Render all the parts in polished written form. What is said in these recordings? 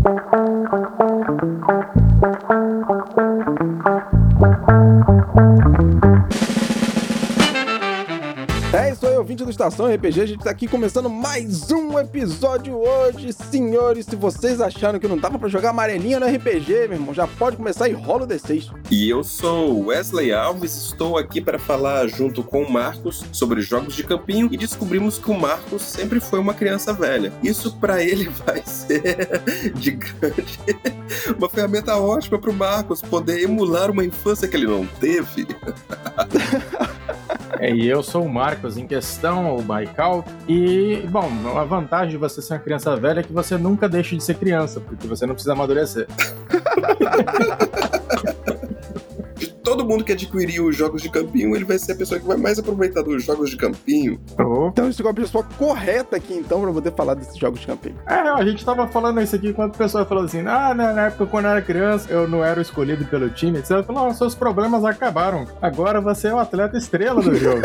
É isso aí, ouvinte do Estação RPG, a gente tá aqui começando mais um episódio hoje. Senhores, se vocês acharam que não dava pra jogar amarelinha no RPG, meu irmão, já pode começar e rola o D6. E eu sou Wesley Alves, estou aqui para falar junto com o Marcos sobre jogos de campinho e descobrimos que o Marcos sempre foi uma criança velha. Isso para ele vai ser de grande... uma ferramenta ótima pro Marcos poder emular uma infância que ele não teve. E eu sou o Marcos, em questão, o Baikal. E, bom, a vantagem de você ser uma criança velha é que você nunca deixa de ser criança, porque você não precisa amadurecer. De todo mundo que adquirir os jogos de campinho, ele vai ser a pessoa que vai mais aproveitar dos jogos de campinho. Então eu estou com a pessoa correta aqui, então, pra poder falar desses jogos de campinho. A gente tava falando isso aqui quando a pessoa falou assim, na época quando eu era criança, eu não era o escolhido pelo time. Você falou, seus problemas acabaram. Agora você é o atleta estrela do jogo.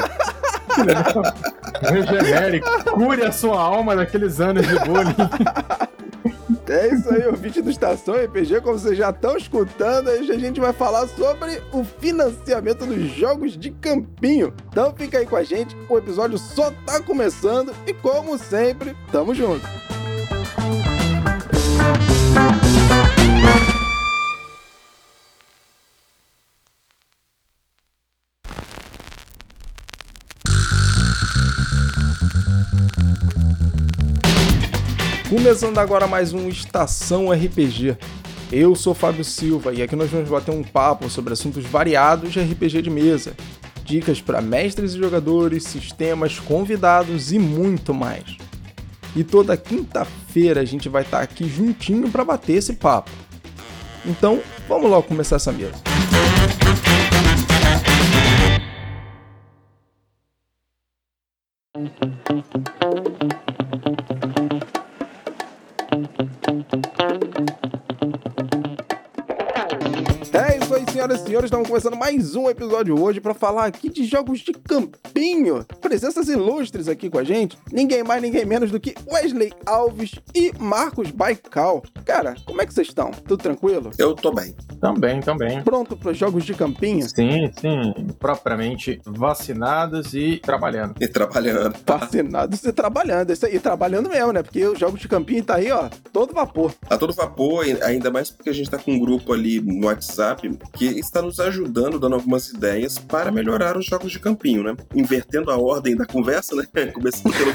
Genérico, cure a sua alma daqueles anos de bullying. É isso aí, ouvinte do Estação RPG, como vocês já estão escutando, hoje a gente vai falar sobre o financiamento dos jogos de campinho. Então fica aí com a gente, o episódio só tá começando e como sempre, tamo junto. Começando agora mais um Estação RPG. Eu sou Fábio Silva e aqui nós vamos bater um papo sobre assuntos variados de RPG de mesa, dicas para mestres e jogadores, sistemas, convidados e muito mais. E toda quinta-feira a gente vai estar aqui juntinho para bater esse papo. Então, vamos logo começar essa mesa. É isso aí, senhoras e senhores, estamos começando mais um episódio hoje para falar aqui de jogos de campinho. Presenças ilustres aqui com a gente, ninguém mais, ninguém menos do que Wesley Alves e Marcos Baikal. Cara, como é que vocês estão? Tudo tranquilo? Eu tô bem. Também. Pronto para jogos de campinho? Sim, propriamente vacinados e trabalhando. Vacinados e trabalhando, isso aí, trabalhando mesmo, né? Porque os jogos de campinho tá aí, ó, todo vapor. A todo vapor, ainda mais porque a gente tá com um grupo ali no WhatsApp que está nos ajudando, dando algumas ideias para melhorar os jogos de campinho, né? Invertendo a ordem da conversa, né? Começando pelo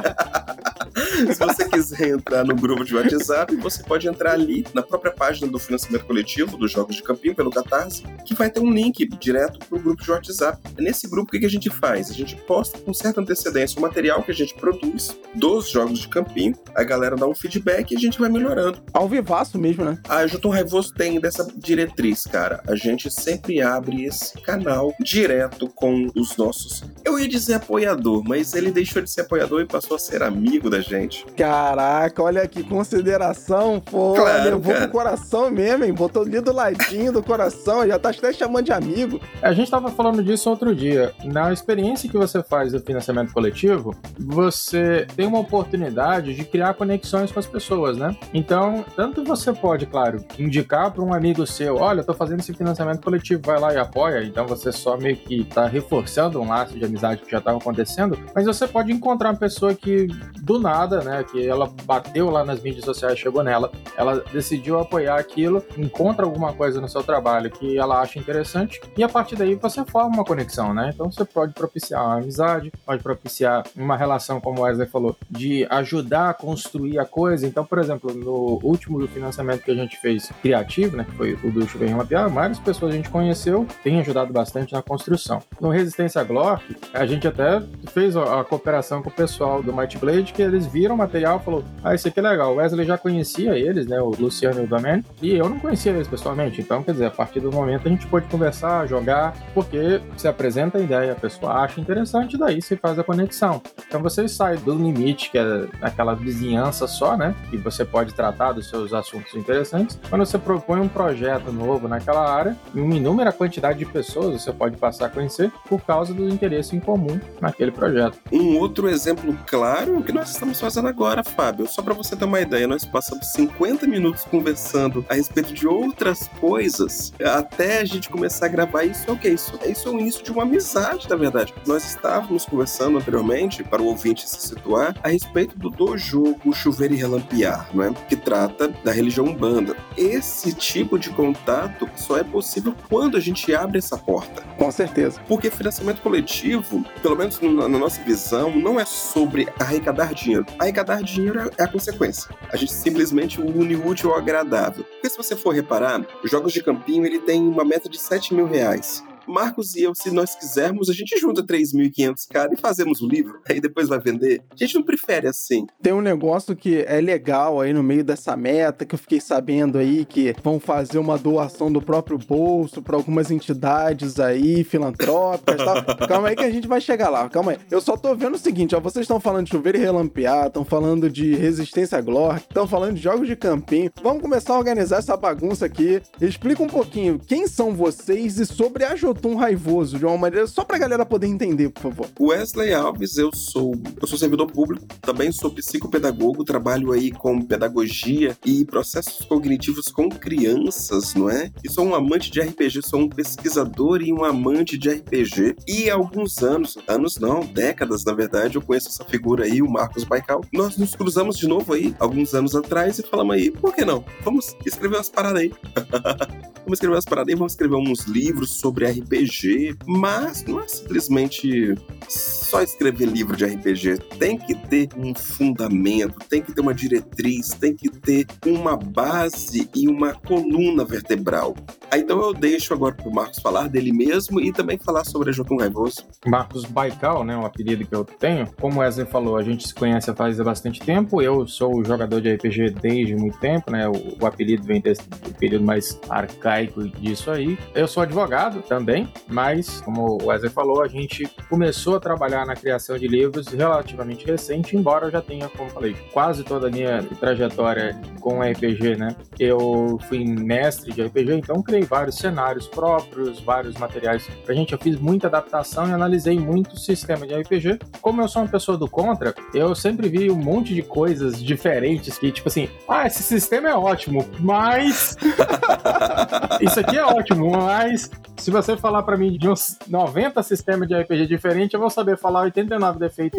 fim. Se você quiser entrar no grupo de WhatsApp, você pode entrar ali na própria página do financiamento coletivo dos jogos de campinho, pelo Catarse, que vai ter um link direto pro grupo de WhatsApp. Nesse grupo, o que a gente faz? A gente posta com certa antecedência o material que a gente produz dos jogos de campinho, a galera dá um feedback e a gente vai melhorando. Ao vivaço mesmo, né? A Jutão Raivoso tem dessa diretriz, cara. A gente sempre abre esse canal direto com os nossos... Eu ia dizer apoiador, mas ele deixou de ser apoiador e passou a ser amigo da gente. Caraca, olha que consideração, pô. Claro, levou cara. pro coração mesmo, hein? Botou ali do ladinho do coração, já tá até chamando de amigo. A gente tava falando disso outro dia. Na experiência que você faz do financiamento coletivo, você tem uma oportunidade de criar conexões com as pessoas, né? Então, tanto você pode, claro, indicar para um amigo seu, olha, eu tô fazendo esse financiamento coletivo, vai lá e apoia. Então você só meio que tá reforçando um laço de amizade que já estava acontecendo, mas você pode encontrar uma pessoa que, do nada, né, que ela bateu lá nas mídias sociais, chegou nela, ela decidiu apoiar aquilo, encontra alguma coisa no seu trabalho que ela acha interessante, e a partir daí você forma uma conexão, né? Então você pode propiciar uma amizade, pode propiciar uma relação, como o Wesley falou, de ajudar a construir a coisa. Então, por exemplo, no último financiamento que a gente fez criativo, né, que foi o do Chuveiro Mapear, várias pessoas a gente conheceu, tem ajudado bastante na construção. No Resistência Glor, a gente até fez a cooperação com o pessoal do Might Blade, que eles viram o material e falou, isso aqui é legal. O Wesley já conhecia eles, né, o Luciano e o Domen, e eu não conhecia eles pessoalmente. Então, quer dizer, a partir do momento a gente pode conversar, jogar, porque você apresenta a ideia, a pessoa acha interessante, daí você faz a conexão. Então você sai do limite, que é aquela vizinhança só, né, que você pode tratar dos seus assuntos interessantes. Quando você propõe um projeto novo naquela área, uma inúmera quantidade de pessoas você pode passar a conhecer por causa do interesse em comum naquele projeto. Um outro exemplo claro que nós estamos estamos fazendo agora, Fábio. Só para você ter uma ideia, nós passamos 50 minutos conversando a respeito de outras coisas até a gente começar a gravar. Isso é o que? Isso é o início de uma amizade, na verdade. Nós estávamos conversando anteriormente, para o ouvinte se situar, a respeito do jogo Chover e Relampear, não é? Que trata da religião Umbanda. Esse tipo de contato só é possível quando a gente abre essa porta. Com certeza. Porque financiamento coletivo, pelo menos na nossa visão, não é sobre arrecadar dinheiro. Arrecadar dinheiro é a consequência. A gente simplesmente une o útil ao agradável. Porque se você for reparar, os Jogos de Campinho ele tem uma meta de R$7.000. Marcos e eu, se nós quisermos, a gente junta 3.500 cada e fazemos o livro, aí depois vai vender. A gente não prefere assim. Tem um negócio que é legal aí no meio dessa meta, que eu fiquei sabendo aí, que vão fazer uma doação do próprio bolso para algumas entidades aí, filantrópicas e tal. Calma aí que a gente vai chegar lá, calma aí. Eu só tô vendo o seguinte, ó, vocês estão falando de Chover e Relampear, estão falando de Resistência Glor, estão falando de Jogos de Campinho. Vamos começar a organizar essa bagunça aqui. Explica um pouquinho quem são vocês e sobre a Jotun Raivoso, de uma maneira só pra galera poder entender, por favor. Wesley Alves, eu sou servidor público, também sou psicopedagogo, trabalho aí com pedagogia e processos cognitivos com crianças, não é? E sou um amante de RPG, sou um pesquisador e um amante de RPG. E há alguns anos não, décadas na verdade, eu conheço essa figura aí, o Marcos Baikal. Nós nos cruzamos de novo aí, alguns anos atrás, e falamos aí, por que não? Vamos escrever umas paradas aí. Vamos escrever uns livros sobre RPG, mas não é simplesmente só escrever livro de RPG. Tem que ter um fundamento, tem que ter uma diretriz, tem que ter uma base e uma coluna vertebral. Aí, então eu deixo agora pro Marcos falar dele mesmo e também falar sobre a Jotun Raivoso. Marcos Baikal, né, um apelido que eu tenho. Como o Wesley falou, a gente se conhece faz bastante tempo. Eu sou jogador de RPG desde muito tempo, né? O apelido vem desse período mais arcaico disso aí. Eu sou advogado também, mas, como o Wesley falou, a gente começou a trabalhar na criação de livros relativamente recente, embora eu já tenha, como falei, quase toda a minha trajetória com RPG, né? Eu fui mestre de RPG, então criei vários cenários próprios, vários materiais pra gente. Eu fiz muita adaptação e analisei muito o sistema de RPG. Como eu sou uma pessoa do contra, eu sempre vi um monte de coisas diferentes que, tipo assim, esse sistema é ótimo, mas isso aqui é ótimo, mas se você falar pra mim de uns 90 sistemas de RPG diferentes, eu vou saber falar 89 defeitos.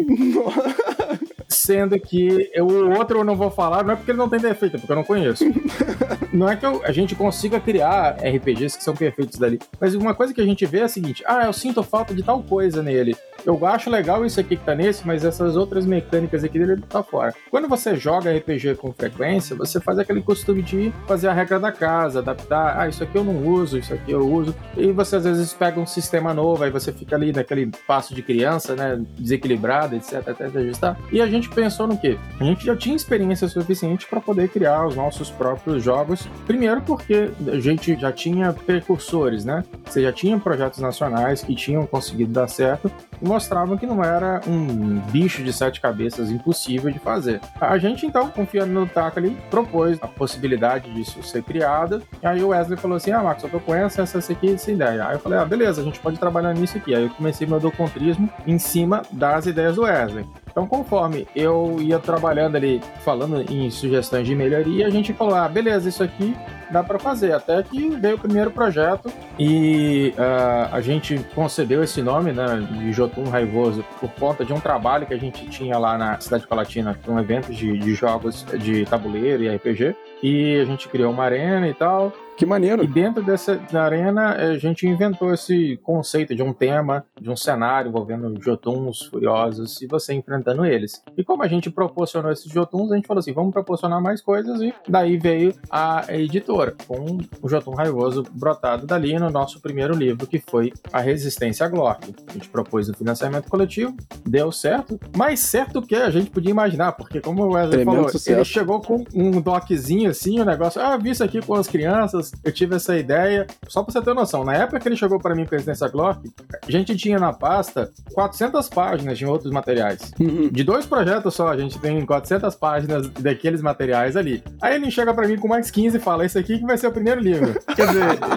Sendo que o outro eu não vou falar, não é porque ele não tem defeito, é porque eu não conheço. Não é que a gente consiga criar RPGs que são perfeitos dali, mas uma coisa que a gente vê é a seguinte: eu sinto falta de tal coisa nele. Eu acho legal isso aqui que tá nesse, mas essas outras mecânicas aqui dele tá fora. Quando você joga RPG com frequência, você faz aquele costume de fazer a regra da casa, adaptar, isso aqui eu não uso, isso aqui eu uso. E você às vezes pega um sistema novo, aí você fica ali naquele passo de criança, né, desequilibrado, etc, até ajustar. E a gente pensou no quê? A gente já tinha experiência suficiente para poder criar os nossos próprios jogos. Primeiro porque a gente já tinha precursores, né? Você já tinha projetos nacionais que tinham conseguido dar certo e mostravam que não era um bicho de 7 cabeças impossível de fazer. A gente, então, confiando no Taco ali, propôs a possibilidade disso ser criado. E aí o Wesley falou assim: Marcos, eu tô com essa aqui, essa ideia. Aí eu falei: beleza, a gente pode trabalhar nisso aqui. Aí eu comecei meu docontrismo em cima das ideias do Wesley. Então, conforme eu ia trabalhando ali, falando em sugestões de melhoria, a gente falou: beleza, isso aqui dá para fazer. Até que veio o primeiro projeto e a gente concedeu esse nome, né, de Jotun Raivoso, por conta de um trabalho que a gente tinha lá na Cidade Palatina, com eventos de jogos de tabuleiro e RPG. E a gente criou uma arena e tal. Que maneiro! E dentro dessa arena, a gente inventou esse conceito de um tema, de um cenário envolvendo Jotuns furiosos e você enfrentando eles. E como a gente proporcionou esses Jotuns, a gente falou assim: vamos proporcionar mais coisas, e daí veio a editora, com o Jotun Raivoso brotado dali no nosso primeiro livro, que foi A Resistência à Glor. A gente propôs o financiamento coletivo, deu certo, mais certo que a gente podia imaginar, porque como o Wesley falou, ele chegou com um doczinho assim, o negócio, eu vi isso aqui com as crianças, eu tive essa ideia. Só pra você ter noção, na época que ele chegou para mim com a Resistência Glor, a gente tinha na pasta 400 páginas de outros materiais. De 2 projetos só, a gente tem 400 páginas daqueles materiais ali. Aí ele chega para mim com mais 15 e fala: esse aqui que vai ser o primeiro livro. Quer dizer,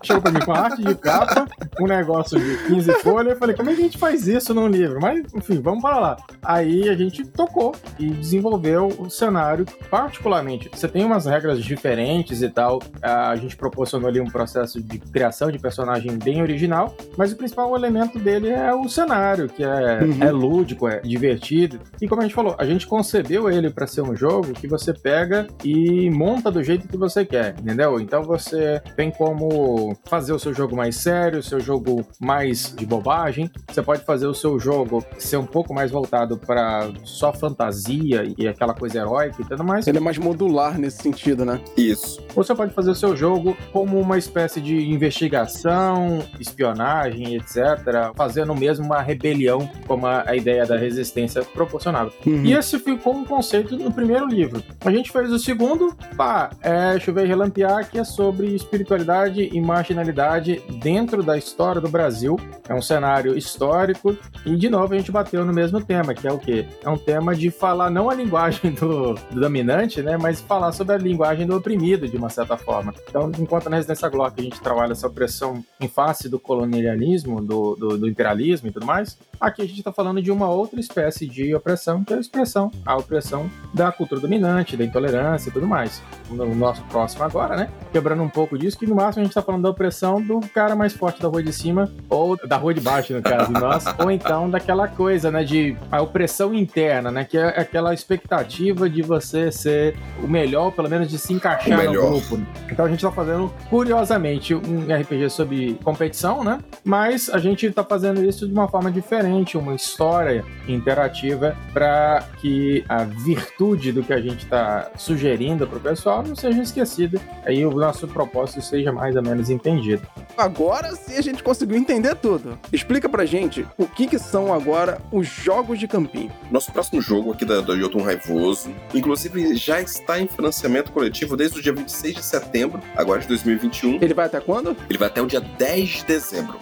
chegou pra mim com a arte de capa, um negócio de 15 folhas. Eu falei, como é que a gente faz isso num livro? Mas, enfim, vamos para lá. Aí a gente tocou e desenvolveu o cenário. Particularmente, você tem umas regras diferentes e tal. A gente proporcionou ali um processo de criação de personagem bem original, mas o principal elemento dele é o cenário, que é lúdico, é divertido. E como a gente falou, a gente concebeu ele para ser um jogo que você pega e monta do jeito que você quer, entendeu? Então você tem como fazer o seu jogo mais sério, o seu jogo mais de bobagem. Você pode fazer o seu jogo ser um pouco mais voltado para só fantasia e aquela coisa heróica e tudo mais. Ele é mais modular nesse sentido, né? Isso. Ou você pode fazer o seu jogo como uma espécie de investigação, espionagem, etc., fazendo mesmo uma rebelião, como a ideia da resistência proporcionava. E esse ficou um conceito no primeiro livro. A gente fez o segundo, Chover e Relampear, que é sobre espiritualidade e marginalidade dentro da história do Brasil. É um cenário histórico e, de novo, a gente bateu no mesmo tema, que é o quê? É um tema de falar não a linguagem do dominante, né, mas falar sobre a linguagem do oprimido, de uma certa forma. Então, enquanto na Resistência Glock a gente trabalha essa opressão em face do colonialismo, do imperialismo e tudo mais, aqui a gente está falando de uma outra espécie de opressão, que é a opressão da cultura dominante, da intolerância e tudo mais. No nosso próximo agora, né, quebrando um pouco disso, que no máximo a gente está falando da opressão do cara mais forte da rua de cima, ou da rua de baixo, no caso de nós, ou então daquela coisa, né, de a opressão interna, né, que é aquela expectativa de você ser o melhor, pelo menos de se encaixar no grupo. Então a gente tá fazendo, curiosamente, um RPG sobre competição, né, mas a gente tá fazendo isso de uma forma diferente, uma história interativa para que a virtude do que a gente tá sugerindo pro pessoal não seja esquecida, aí o nosso propósito seja mais ou menos entendido. Agora sim a gente conseguiu entender tudo. Explica pra gente o que são agora os jogos de campinho. Nosso próximo jogo aqui da Jotun Raivoso, inclusive já está em financiamento coletivo desde o dia 26 de setembro, agora de 2021. Ele vai até quando? Ele vai até o dia 10 de dezembro.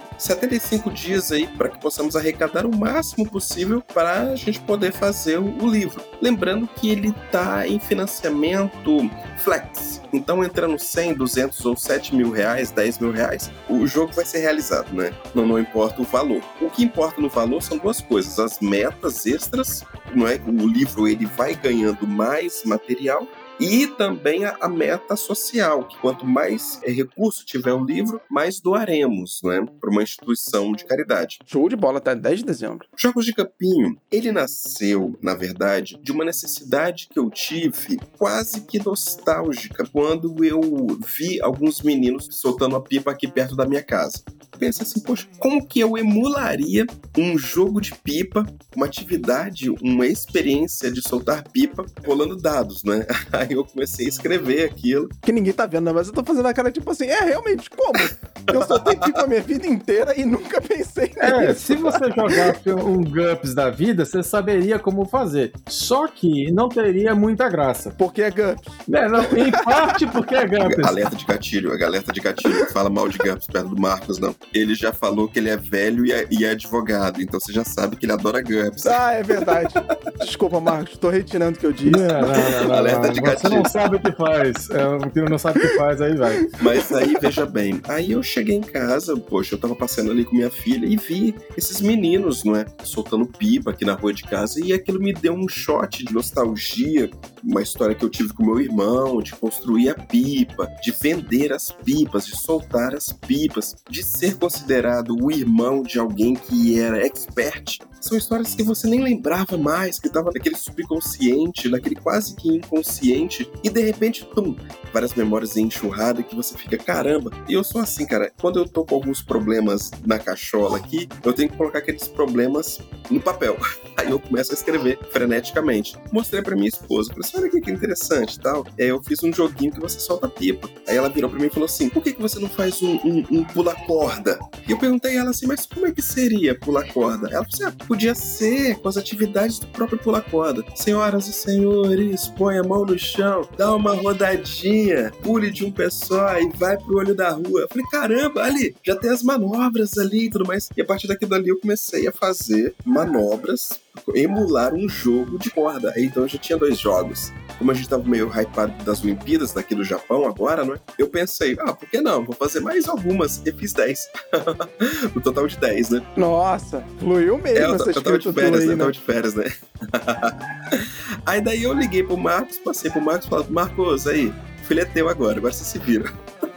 75 dias aí para que possamos arrecadar o máximo possível para a gente poder fazer o livro. Lembrando que ele está em financiamento flex. Então, entrando 100, 200 ou 7 mil reais, 10 mil reais, o jogo vai ser realizado, né? Não importa o valor. O que importa no valor são duas coisas. As metas extras, não é? O livro ele vai ganhando mais material. E também a meta social, que quanto mais recurso tiver o livro, mais doaremos, né, para uma instituição de caridade. Show de bola, até 10 de dezembro. Jogos de Campinho, ele nasceu, na verdade, de uma necessidade que eu tive, quase que nostálgica, quando eu vi alguns meninos soltando a pipa aqui perto da minha casa. Pensei assim, poxa, como que eu emularia um jogo de pipa, uma atividade, uma experiência de soltar pipa, rolando dados, né? Aí eu comecei a escrever aquilo. Que ninguém tá vendo, né? Mas eu tô fazendo a cara tipo assim, realmente, como? Eu soltei pipa a minha vida inteira e nunca pensei nisso. Se você jogasse um GURPS da vida, você saberia como fazer. Só que não teria muita graça. Porque é GURPS. Não, em parte porque é GURPS. Alerta de gatilho, fala mal de GURPS perto do Marcos, não. Ele já falou que ele é velho e é advogado, então você já sabe que ele adora GURPS. Ah, é verdade. Desculpa, Marcos, tô retirando o que eu disse. Não, Alerta de gatilho. Você não sabe o que faz. O que não sabe o que faz, aí vai. Mas aí, veja bem, aí eu cheguei em casa, poxa, eu tava passando ali com minha filha e vi esses meninos, não é, soltando pipa aqui na rua de casa, e aquilo me deu um shot de nostalgia, uma história que eu tive com meu irmão, de construir a pipa, de vender as pipas, de soltar as pipas, de ser considerado o irmão de alguém que era expert. São histórias que você nem lembrava mais, que tava naquele subconsciente, naquele quase que inconsciente, e de repente, várias memórias em enxurrada que você fica, caramba. E eu sou assim, cara, quando eu tô com alguns problemas na cachola aqui, eu tenho que colocar aqueles problemas no papel. Aí eu começo a escrever freneticamente. Mostrei pra minha esposa, falei assim, olha aqui que interessante e tal. Aí eu fiz um joguinho que você solta pipa. Aí ela virou pra mim e falou assim, por que você não faz um pula-corda? E eu perguntei a ela assim, mas como é que seria pula-corda? Ela falou assim, podia ser com as atividades do próprio pula-corda. Senhoras e senhores, põe a mão no chão, dá uma rodadinha, pule de um pé só e vai pro olho da rua. Eu falei, caramba, ali, já tem as manobras ali e tudo mais. E a partir daquilo ali eu comecei a fazer manobras, emular um jogo de corda. Então eu já tinha 2 jogos. como a gente tava meio hypado das Olimpíadas daqui do Japão agora, né? Eu pensei, por que não? Vou fazer mais algumas. E fiz 10. No total de 10, né? Nossa, fluiu mesmo essa eu tava de férias, aí, né? Eu tava de férias, né? Aí daí eu liguei pro Marcos, passei pro Marcos e falei, Marcos, aí, o filho é teu agora você se vira.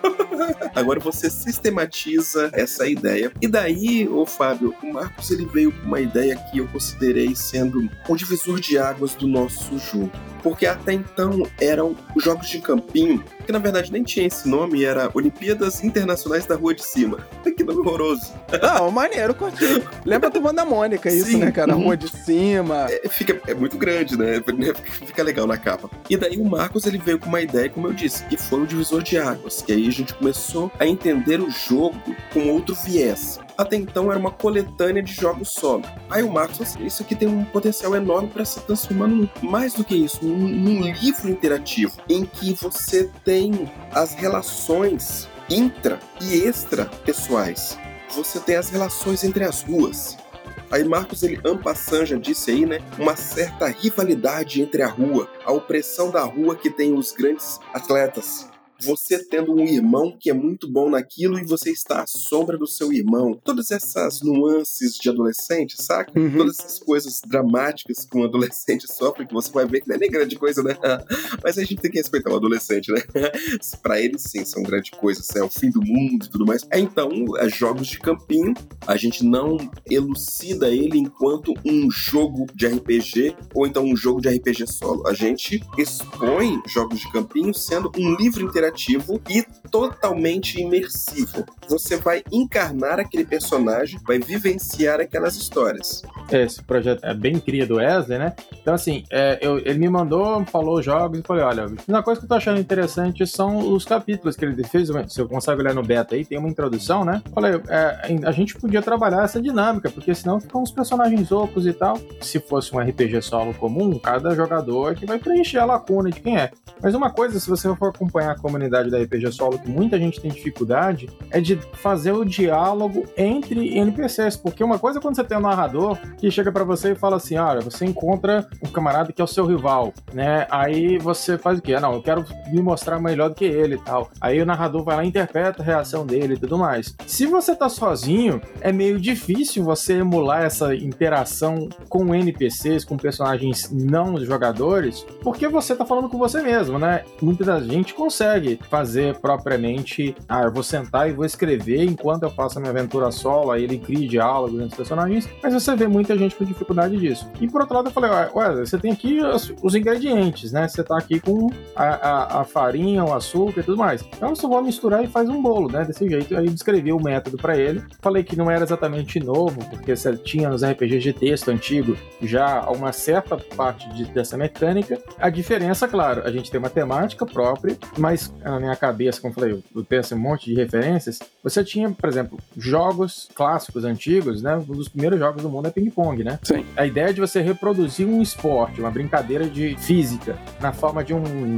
Agora você sistematiza essa ideia. E daí, Fábio, o Marcos ele veio com uma ideia que eu considerei sendo um divisor de águas do nosso jogo. Porque até então eram os jogos de campinho, que na verdade nem tinha esse nome, era Olimpíadas Internacionais da Rua de Cima. Que nome horroroso. Não, maneiro, curti. Lembra a Turma da Mônica, isso, sim, né, cara? Rua de Cima. É muito grande, né? Fica legal na capa. E daí o Marcos ele veio com uma ideia, como eu disse, que foi o divisor de águas. Que aí a gente começou a entender o jogo com outro viés. Até então era uma coletânea de jogos solo. Aí o Marcos falou assim, isso aqui tem um potencial enorme para se transformar mais do que isso, num livro interativo, em que você tem as relações intra e extra pessoais. Você tem as relações entre as ruas. Aí Marcos, ele en passant já disse aí, né, uma certa rivalidade entre a rua, a opressão da rua que tem os grandes atletas. Você tendo um irmão que é muito bom naquilo e você está à sombra do seu irmão. Todas essas nuances de adolescente, saca? Uhum. Todas essas coisas dramáticas que um adolescente sofre, que você vai ver que não é nem grande coisa, né? Mas a gente tem que respeitar o adolescente, né? Pra eles, sim, são grandes coisas. É o fim do mundo e tudo mais. Então, jogos de campinho, a gente não elucida ele enquanto um jogo de RPG ou então um jogo de RPG solo. A gente expõe jogos de campinho sendo um livro interativo e totalmente imersivo. Você vai encarnar aquele personagem, vai vivenciar aquelas histórias. Esse projeto é bem cria do Wesley, né? Então, assim, ele me mandou, falou os jogos e falei, olha, uma coisa que eu tô achando interessante são os capítulos que ele fez. Se eu consegue olhar no beta aí, tem uma introdução, né? Falei, a gente podia trabalhar essa dinâmica, porque senão ficam uns personagens ocos e tal. Se fosse um RPG solo comum, cada jogador que vai preencher a lacuna de quem é. Mas uma coisa, se você for acompanhar a comunidade da RPG solo, que muita gente tem dificuldade, é de fazer o diálogo entre NPCs, porque uma coisa é quando você tem um narrador que chega pra você e fala assim, olha, você encontra um camarada que é o seu rival, né? Aí você faz o quê? Não, eu quero me mostrar melhor do que ele e tal. Aí o narrador vai lá e interpreta a reação dele e tudo mais. Se você tá sozinho, é meio difícil você emular essa interação com NPCs, com personagens não jogadores, porque você tá falando com você mesmo, né? Muita da gente consegue fazer propriamente, eu vou sentar e vou escrever enquanto eu faço a minha aventura solo, aí ele cria diálogos entre os personagens, mas você vê muita gente com dificuldade disso. E por outro lado eu falei, você tem aqui os ingredientes, né? Você tá aqui com a farinha, o açúcar e tudo mais. Então eu só vou misturar e faz um bolo, né? Desse jeito. Aí eu descrevi o método pra ele. Falei que não era exatamente novo, porque você tinha nos RPGs de texto antigo já uma certa parte dessa mecânica. A diferença, claro, a gente tem uma temática própria, mas na minha cabeça, como eu falei, eu penso em um monte de referências. Você tinha, por exemplo, jogos clássicos antigos, né? Um dos primeiros jogos do mundo é ping-pong, né? Sim. A ideia de você reproduzir um esporte, uma brincadeira de física, na forma de um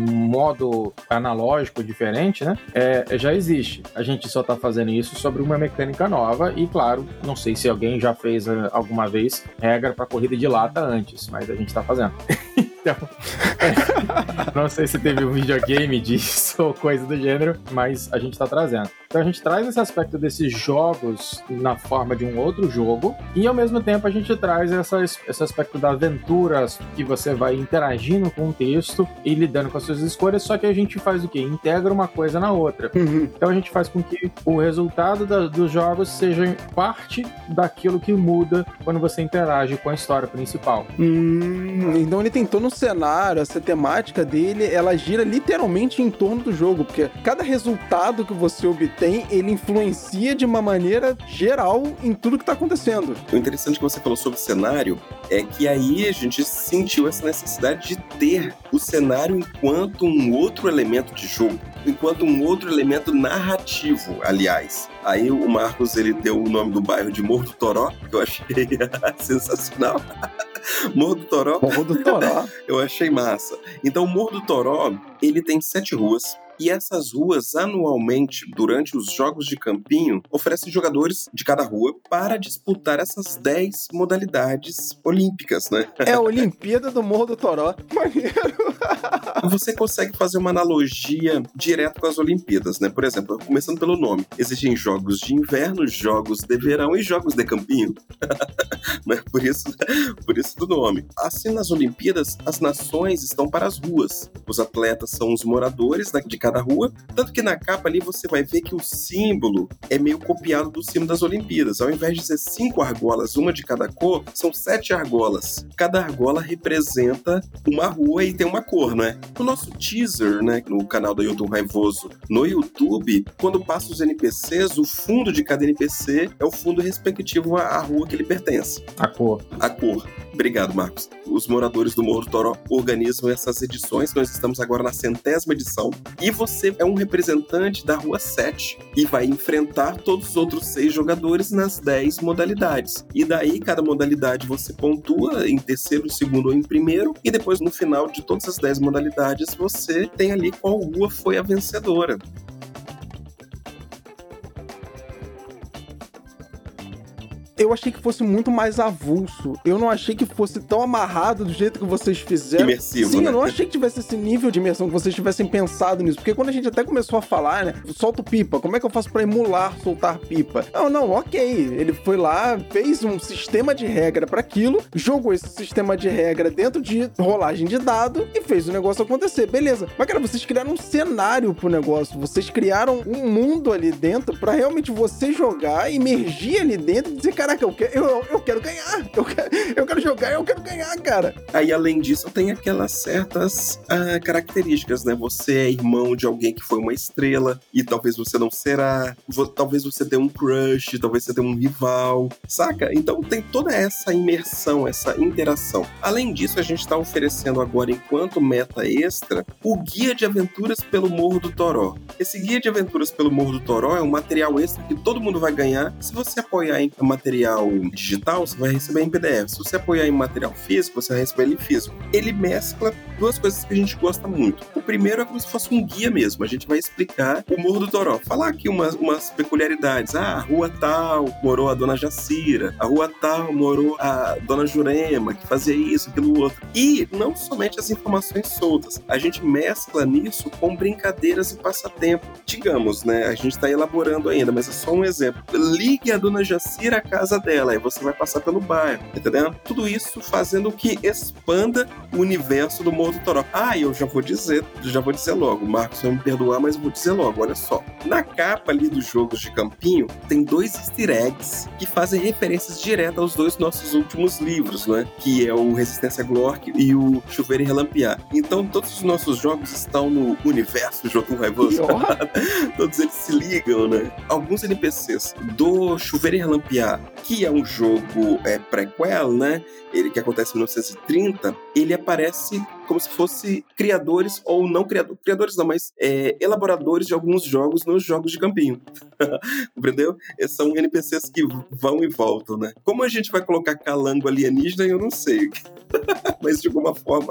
modo analógico diferente, né? Já existe. A gente só tá fazendo isso sobre uma mecânica nova e, claro, não sei se alguém já fez alguma vez regra para corrida de lata antes, mas a gente tá fazendo. Então, não sei se teve um videogame disso ou coisa do gênero, mas a gente tá trazendo. Então a gente traz esse aspecto desses jogos na forma de um outro jogo e ao mesmo tempo a gente traz esse aspecto da aventura que você vai interagindo com o texto e lidando com as suas escolhas, só que a gente faz o quê? Integra uma coisa na outra. Uhum. Então a gente faz com que o resultado dos jogos seja parte daquilo que muda quando você interage com a história principal. Então ele tentou no cenário, essa temática dele, ela gira literalmente em torno do jogo, porque cada resultado que você obtém, ele influencia de uma maneira geral em tudo que tá acontecendo. O interessante que você falou sobre o cenário é que aí a gente sentiu essa necessidade de ter o cenário enquanto um outro elemento de jogo, enquanto um outro elemento narrativo, aliás. Aí o Marcos, ele deu o nome do bairro de Morro do Toró, que eu achei sensacional. Morro do Toró. Morro do Toró. Eu achei massa. Então, o Morro do Toró, ele tem 7 ruas. E essas ruas, anualmente, durante os jogos de campinho, oferecem jogadores de cada rua para disputar essas 10 modalidades olímpicas, né? É a Olimpíada do Morro do Toró. Maneiro! Você consegue fazer uma analogia direta com as Olimpíadas, né? Por exemplo, começando pelo nome. Existem jogos de inverno, jogos de verão e jogos de campinho. Né? Por isso do nome. Assim, nas Olimpíadas, as nações estão para as ruas. Os atletas são os moradores de cada rua, tanto que na capa ali você vai ver que o símbolo é meio copiado do símbolo das Olimpíadas. Ao invés de ser 5 argolas, uma de cada cor, são 7 argolas. Cada argola representa uma rua e tem uma cor, né? No nosso teaser, né, no canal do Ailton Raivoso, no YouTube, quando passa os NPCs, o fundo de cada NPC é o fundo respectivo à rua que ele pertence. A cor. A cor. Obrigado, Marcos. Os moradores do Morro do Toró organizam essas edições. Nós estamos agora na 100ª edição. E você é um representante da Rua 7 e vai enfrentar todos os outros 6 jogadores nas 10 modalidades. E daí, cada modalidade você pontua em terceiro, segundo ou em primeiro. E depois, no final de todas as 10 modalidades, você tem ali qual rua foi a vencedora. Eu achei que fosse muito mais avulso. Eu não achei que fosse tão amarrado do jeito que vocês fizeram. Imersivo, Sim, né? eu não achei que tivesse esse nível de imersão, que vocês tivessem pensado nisso. Porque quando a gente até começou a falar, né? Solto pipa, como é que eu faço pra emular soltar pipa? Não, ok. Ele foi lá, fez um sistema de regra pra aquilo, jogou esse sistema de regra dentro de rolagem de dado e fez o negócio acontecer. Beleza. Mas, cara, vocês criaram um cenário pro negócio. Vocês criaram um mundo ali dentro pra realmente você jogar, imergir ali dentro e dizer, caraca, eu quero ganhar, eu quero jogar, eu quero ganhar, cara. Aí, além disso, tem aquelas certas características, né? Você é irmão de alguém que foi uma estrela e talvez você não será, talvez você tenha um crush, talvez você tenha um rival, saca? Então tem toda essa imersão, essa interação. Além disso, a gente está oferecendo agora, enquanto meta extra, o Guia de Aventuras pelo Morro do Toró. Esse Guia de Aventuras pelo Morro do Toró é um material extra que todo mundo vai ganhar. Se você apoiar em material digital, você vai receber em PDF. Se você apoiar em material físico, você vai receber ele físico. Ele mescla duas coisas que a gente gosta muito. O primeiro é como se fosse um guia mesmo. A gente vai explicar o Morro do Toró. Falar aqui umas peculiaridades. A rua tal morou a Dona Jacira. A rua tal morou a Dona Jurema, que fazia isso, aquilo outro. E não somente as informações soltas. A gente mescla nisso com brincadeiras e passatempo. Digamos, né? A gente está elaborando ainda, mas é só um exemplo. Ligue a Dona Jacira à casa dela, aí você vai passar pelo bairro, entendeu? Tudo isso fazendo que expanda o universo do Morro do Toró. Eu já vou dizer logo, o Marcos vai me perdoar, mas eu vou dizer logo, olha só. Na capa ali dos jogos de campinho, tem 2 easter eggs que fazem referências diretas aos 2 nossos últimos livros, né? Que é o Resistência Glork e o Chover e Relampear. Então, todos os nossos jogos estão no universo Jogo Raivoso. Todos eles se ligam, né? Alguns NPCs do Chover e Relampear, que é um jogo prequel, né? Ele que acontece em 1930, ele aparece como se fosse criadores ou não criadores não, mas elaboradores de alguns jogos nos jogos de campinho. Entendeu? São NPCs que vão e voltam, né? Como a gente vai colocar calango alienígena, eu não sei. Mas de alguma forma...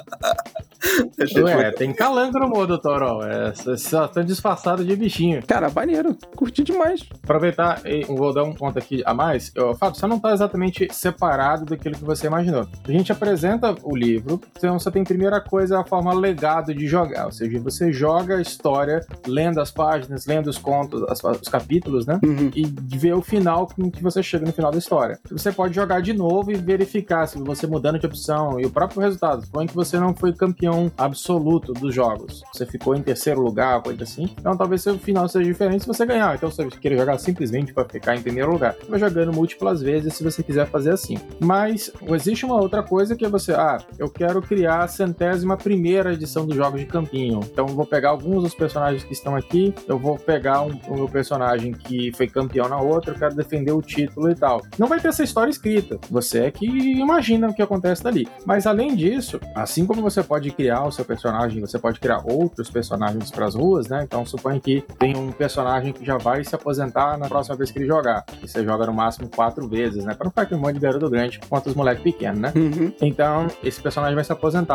Tem calango no Morro do Toró. Só estão disfarçados de bichinho. Cara, maneiro. Curti demais. Aproveitar, vou dar um ponto aqui a mais. Fábio, você não está exatamente separado daquilo que você imaginou. A gente apresenta o livro, então você tem primeira coisa a forma legado de jogar. Ou seja, você joga a história lendo as páginas, lendo os contos, os capítulos, né? Uhum. E ver o final com que você chega no final da história. Você pode jogar de novo e verificar se você mudando de opção e o próprio resultado. Suponha que você não foi campeão absoluto dos jogos. Você ficou em terceiro lugar, coisa assim. Então talvez seu final seja diferente se você ganhar. Então se você querer jogar simplesmente para ficar em primeiro lugar, você vai jogando múltiplas vezes se você quiser fazer assim. Mas existe uma outra coisa que é você, eu quero criar a 101ª edição dos jogos de campinho. Então eu vou pegar alguns dos personagens que estão aqui, eu vou pegar o meu personagem que foi campeão na outra, eu quero defender o título e tal. Não vai ter essa história escrita. Você é que imagina o que acontece dali. Mas além disso, assim como você pode criar o seu personagem, você pode criar outros personagens para as ruas, né? Então suponha que tem um personagem que já vai se aposentar na próxima vez que ele jogar. E você joga no máximo 4 vezes, né? Para não ficar com um monte de garoto grande quanto os moleques pequenos, né? Uhum. Então, esse personagem vai se aposentar.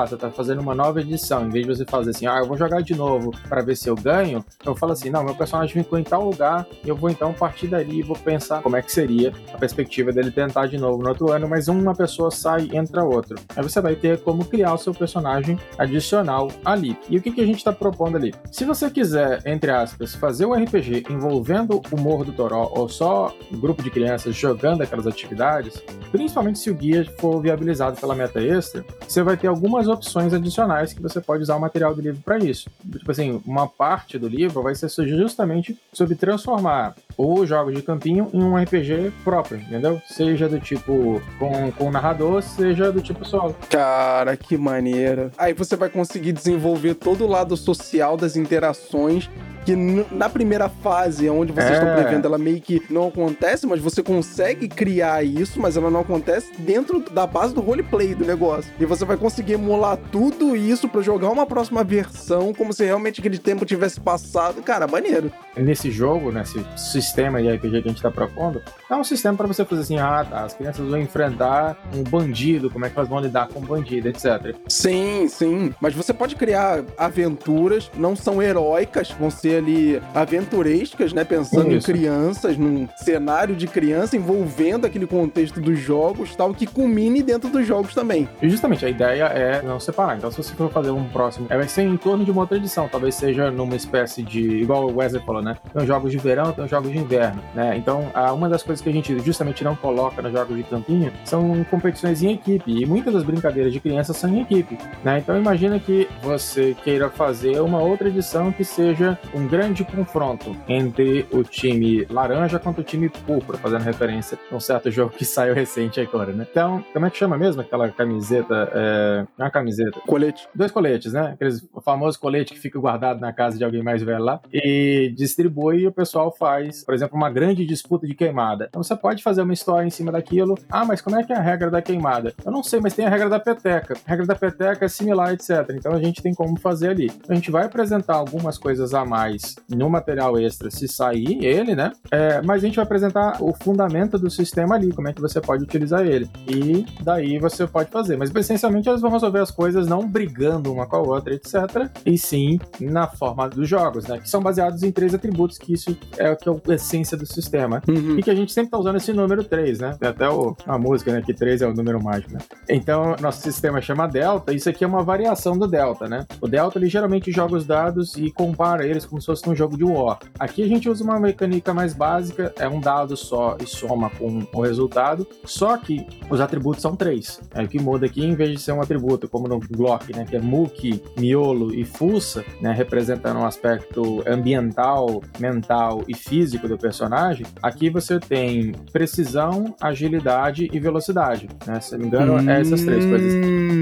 você tá fazendo uma nova edição, em vez de você fazer assim, eu vou jogar de novo pra ver se eu ganho, eu falo assim, não, meu personagem ficou em tal lugar, eu vou então partir dali e vou pensar como é que seria a perspectiva dele tentar de novo no outro ano, mas uma pessoa sai e entra outra. Aí você vai ter como criar o seu personagem adicional ali. E o que a gente tá propondo ali? Se você quiser, entre aspas, fazer um RPG envolvendo o Morro do Toró, ou só um grupo de crianças jogando aquelas atividades, principalmente se o guia for viabilizado pela meta extra, você vai ter algumas opções adicionais que você pode usar o material do livro para isso. Tipo assim, uma parte do livro vai ser justamente sobre transformar os jogos de campinho em um RPG próprio, entendeu? Seja do tipo com narrador, seja do tipo solo. Cara, que maneiro. Aí você vai conseguir desenvolver todo o lado social das interações, que na primeira fase, onde vocês estão prevendo, ela meio que não acontece, mas você consegue criar isso, mas ela não acontece dentro da base do roleplay do negócio. E você vai conseguir emular tudo isso pra jogar uma próxima versão, como se realmente aquele tempo tivesse passado. Cara, maneiro. Nesse jogo, nesse sistema de RPG que a gente tá propondo, é um sistema pra você fazer assim, as crianças vão enfrentar um bandido, como é que elas vão lidar com um bandido, etc. Sim, sim. Mas você pode criar aventuras, não são heróicas, vão ser ali aventurescas, né? Pensando em crianças, num cenário de criança, envolvendo aquele contexto dos jogos, tal, que culmine dentro dos jogos também. E justamente, a ideia é não separar. Então, se você for fazer um próximo, vai ser em torno de uma outra edição. Talvez seja numa espécie de, igual o Wesley falou, né? Tem os jogos de verão, tem os jogos de inverno, né? Então, uma das coisas que a gente justamente não coloca nos jogos de campinho são competições em equipe. E muitas das brincadeiras de criança são em equipe, né? Então, imagina que você queira fazer uma outra edição que seja um grande confronto entre o time laranja contra o time púrpura, fazendo referência a um certo jogo que saiu recente agora, né? Então, como é que chama mesmo aquela camiseta? Não é uma camiseta. Colete. 2 coletes, né? Aqueles famosos coletes que fica guardado na casa de alguém mais velho lá e distribui e o pessoal faz, por exemplo, uma grande disputa de queimada. Então você pode fazer uma história em cima daquilo. Mas como é que é a regra da queimada? Eu não sei, mas tem a regra da peteca. A regra da peteca é similar, etc. Então a gente tem como fazer ali. A gente vai apresentar algumas coisas a mais no material extra, se sair ele, né? Mas a gente vai apresentar o fundamento do sistema ali, como é que você pode utilizar ele. E daí você pode fazer. Mas essencialmente elas vão resolver as coisas não brigando uma com a outra, etc. E sim na forma dos jogos, né? Que são baseados em 3 atributos, que isso é o que é a essência do sistema. Uhum. E que a gente sempre tá usando esse número 3, né? Tem até a música, né? Que 3 é o número mágico, né? Então, nosso sistema chama Delta. Isso aqui é uma variação do Delta, né? O Delta, ele geralmente joga os dados e compara eles como se fosse um jogo de War. Aqui a gente usa uma mecânica mais básica, é um dado só e soma com o resultado, só que os atributos são 3. O que muda aqui, em vez de ser um atributo, como no Glock, né, que é Muki, Miolo e Fuça, né, representando um aspecto ambiental, mental e físico do personagem, aqui você tem precisão, agilidade e velocidade, né? Se não me engano, essas 3 coisas.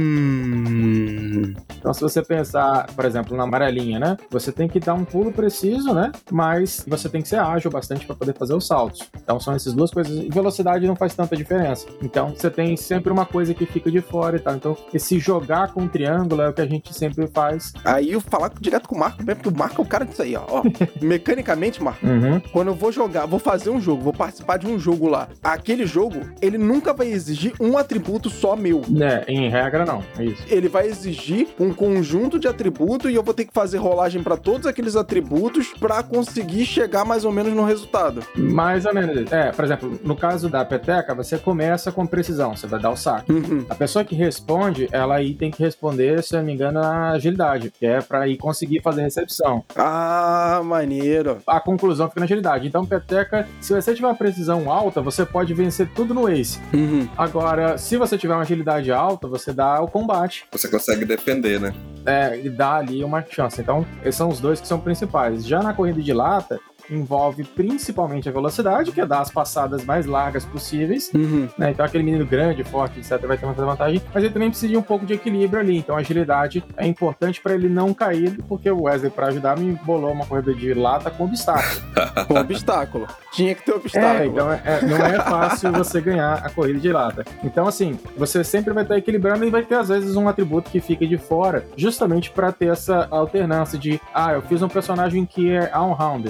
Então, se você pensar, por exemplo, na amarelinha, né? Você tem que dar um pulo preciso, né? Mas você tem que ser ágil bastante para poder fazer os saltos. Então, são essas 2 coisas. E velocidade não faz tanta diferença. Então, você tem sempre uma coisa que fica de fora e tal. Então, esse jogar com triângulo é o que a gente sempre faz. Aí eu falar direto com o Marco, mesmo, porque o Marco é o cara disso aí, ó. Mecanicamente, Marco, quando eu vou jogar, vou fazer um jogo, vou participar de um jogo lá, aquele jogo, ele nunca vai exigir um atributo só meu. Em regra, não. É isso. Ele vai exigir um conjunto de atributos e eu vou ter que fazer rolagem para todos aqueles atributos para conseguir chegar mais ou menos no resultado. Mais ou menos. Por exemplo, no caso da peteca, você começa com precisão, você vai dar o saque. A pessoa que responde, ela aí tem que responder, se eu não me engano, na agilidade, que é para ir conseguir fazer recepção. Maneiro. A conclusão fica na agilidade. Então, peteca, se você tiver uma precisão alta, você pode vencer tudo no ace. Agora, se você tiver uma agilidade alta, você dá o combate. Você consegue defender, né? E dá ali uma chance. Então, esses são os 2 que são principais. Já na corrida de lata, envolve principalmente a velocidade, que é dar as passadas mais largas possíveis, né? Então aquele menino grande, forte, etc, vai ter uma vantagem, mas ele também precisa de um pouco de equilíbrio ali, então a agilidade é importante para ele não cair, porque o Wesley, para ajudar, me bolou uma corrida de lata com obstáculo. Com obstáculo. Tinha que ter obstáculo. Então não é fácil você ganhar a corrida de lata. Então assim, você sempre vai estar equilibrando e vai ter às vezes um atributo que fica de fora, justamente para ter essa alternância de, eu fiz um personagem que é all-rounder, ok,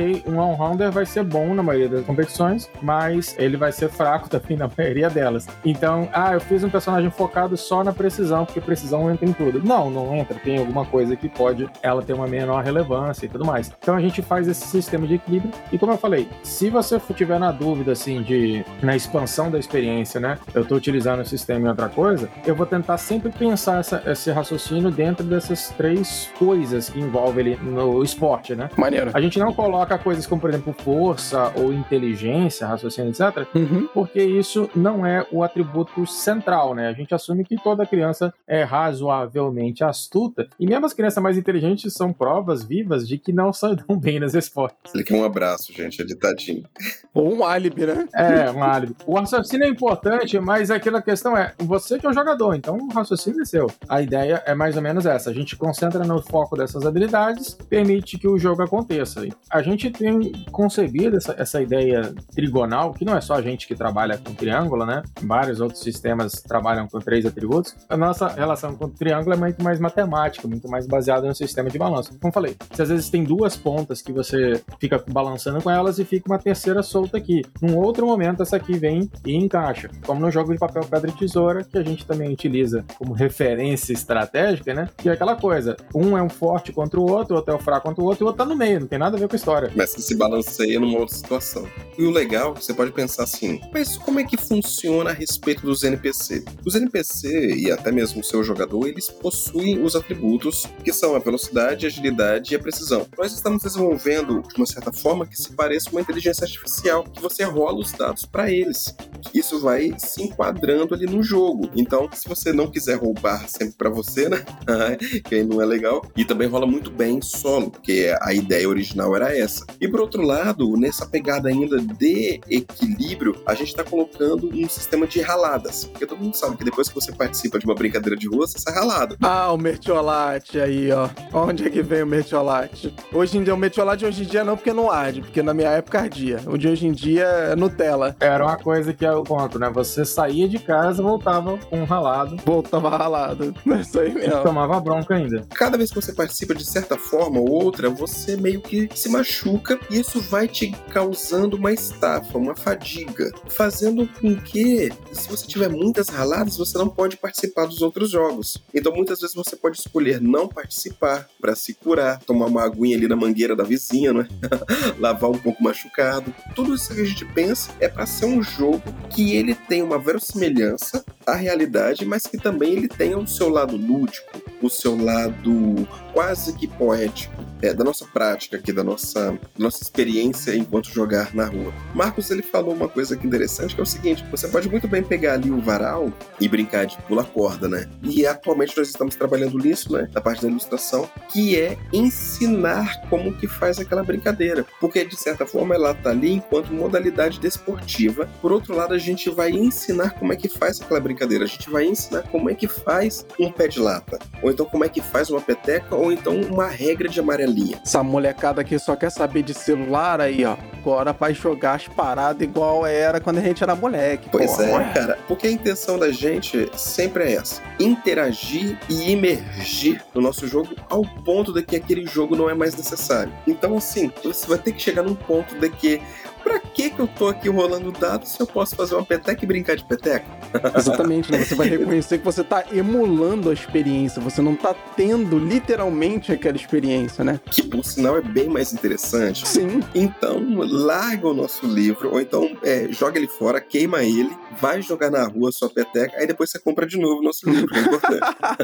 ok, um all-rounder vai ser bom na maioria das competições, mas ele vai ser fraco também na maioria delas. Então, eu fiz um personagem focado só na precisão, porque precisão entra em tudo. Não entra. Tem alguma coisa que pode ela ter uma menor relevância e tudo mais. Então a gente faz esse sistema de equilíbrio. E como eu falei, se você tiver na dúvida, assim, na expansão da experiência, né? Eu tô utilizando o sistema em outra coisa, eu vou tentar sempre pensar esse raciocínio dentro dessas 3 coisas que envolvem ele no esporte, né? Maneiro. A gente não coloca coisas como, por exemplo, força ou inteligência, raciocínio, etc., porque isso não é o atributo central, né? A gente assume que toda criança é razoavelmente astuta, e mesmo as crianças mais inteligentes são provas vivas de que não são tão bem nos esportes. Ele quer um abraço, gente, ele tadinho. Ou um álibi, né? Um álibi. O raciocínio é importante, mas aquela questão é, você que é o jogador, então o raciocínio é seu. A ideia é mais ou menos essa, a gente concentra no foco dessas habilidades, permite que o jogo aconteça. A gente tem concebido essa ideia trigonal, que não é só a gente que trabalha com triângulo, né? Vários outros sistemas trabalham com 3 atributos. A nossa relação com o triângulo é muito mais matemática, muito mais baseada no sistema de balanço. Como falei, se às vezes tem 2 pontas que você fica balançando com elas e fica uma terceira solta aqui. Num outro momento, essa aqui vem e encaixa. Como no jogo de papel, pedra e tesoura, que a gente também utiliza como referência estratégica, né? Que é aquela coisa, um é um forte contra o outro é um fraco contra o outro, e o outro tá no meio, não tem nada a ver com a história. Mas que se balanceia numa outra situação. E o legal, você pode pensar assim, mas como é que funciona a respeito dos NPC? Os NPC, e até mesmo o seu jogador, eles possuem os atributos que são a velocidade, a agilidade e a precisão. Nós estamos desenvolvendo, de uma certa forma, que se pareça uma inteligência artificial, que você rola os dados para eles. Isso vai se enquadrando ali no jogo. Então, se você não quiser roubar sempre para você, né? Que aí não é legal. E também rola muito bem solo, porque a ideia original era essa. E por outro lado, nessa pegada ainda de equilíbrio, a gente está colocando um sistema de raladas. Porque todo mundo sabe que depois que você participa de uma brincadeira de rua, você sai ralado. O mertiolate aí, ó. Onde é que vem o mertiolate? Hoje em dia, o mertiolate hoje em dia não, porque não arde, porque na minha época ardia. O de hoje em dia é Nutella. Era uma coisa que é o ponto, né? Você saía de casa, voltava com um ralado. Voltava ralado. É isso aí mesmo. E tomava bronca ainda. Cada vez que você participa de certa forma ou outra, você meio que se machuca e isso vai te causando uma estafa, uma fadiga, fazendo com que, se você tiver muitas raladas, você não pode participar dos outros jogos. Então, muitas vezes você pode escolher não participar para se curar, tomar uma aguinha ali na mangueira da vizinha, né? Lavar um pouco machucado. Tudo isso que a gente pensa é para ser um jogo que ele tem uma verossimilhança à realidade, mas que também ele tenha o seu lado lúdico, o seu lado quase que poético, da nossa prática aqui, da nossa experiência enquanto jogar na rua. Marcos, ele falou uma coisa aqui interessante, que é o seguinte, você pode muito bem pegar ali o varal e brincar de pula corda, né? E atualmente nós estamos trabalhando nisso, né? Na parte da ilustração, que é ensinar como que faz aquela brincadeira. Porque, de certa forma, ela tá ali enquanto modalidade desportiva. Por outro lado, a gente vai ensinar como é que faz aquela brincadeira. A gente vai ensinar como é que faz um pé de lata. Ou então como é que faz uma peteca, ou então uma regra de amarelinha. Essa molecada aqui só quer saber de celular aí, ó. Agora vai jogar as paradas igual era quando a gente era moleque. Pois cara. Porque a intenção da gente sempre é essa. Interagir e imergir no nosso jogo ao ponto de que aquele jogo não é mais necessário. Então, assim, você vai ter que chegar num ponto de que pra que eu tô aqui rolando dados se eu posso fazer uma peteca e brincar de peteca? Exatamente, né? Você vai reconhecer que você tá emulando a experiência, você não tá tendo literalmente aquela experiência, né? Que, por sinal, é bem mais interessante. Sim. Então, larga o nosso livro, ou então joga ele fora, queima ele, vai jogar na rua a sua peteca, aí depois você compra de novo o nosso livro, que é importante.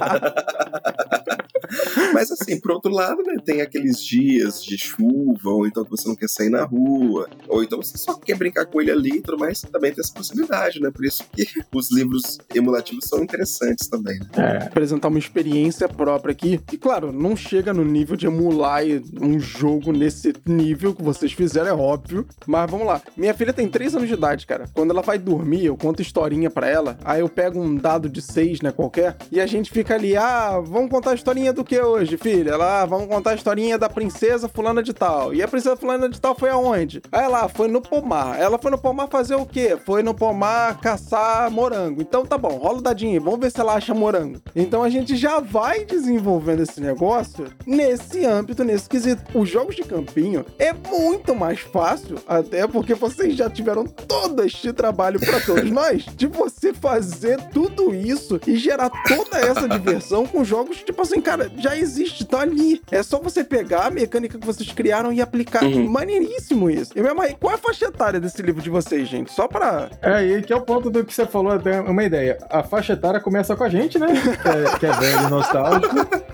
Mas assim, por outro lado, né, tem aqueles dias de chuva, ou então que você não quer sair na rua, ou então você só quer brincar com ele ali, mas também tem essa possibilidade, né? Por isso que os livros emulativos são interessantes também, né? Apresentar uma experiência própria aqui, e claro, não chega no nível de emular um jogo nesse nível que vocês fizeram, é óbvio, mas vamos lá. Minha filha tem 3 anos de idade, cara. Quando ela vai dormir, eu conto historinha pra ela, aí eu pego um dado de 6, né, qualquer, e a gente fica ali, vamos contar a historinha do que hoje, filha? Ela, vamos contar a historinha da princesa fulana de tal. E a princesa fulana de tal foi aonde? Aí ela foi no pomar. Ela foi no pomar fazer o quê? Foi no pomar caçar morango. Então tá bom, rola o dadinho, vamos ver se ela acha morango. Então a gente já vai desenvolvendo esse negócio nesse âmbito, nesse quesito. Os jogos de campinho é muito mais fácil, até porque vocês já tiveram todo este trabalho pra todos nós, de você fazer tudo isso e gerar toda essa diversão com jogos, tipo assim, cara, já existe, tá ali. É só você pegar a mecânica que vocês criaram e aplicar. Maneiríssimo isso. E mesmo aí, qual é a faixa etária desse livro de vocês, gente? Só pra... E que é o ponto do que você falou, até uma ideia. A faixa etária começa com a gente, né? Que é velho e nostálgico.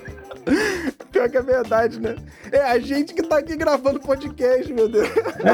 Pior que é verdade, né? É a gente que tá aqui gravando podcast, meu Deus.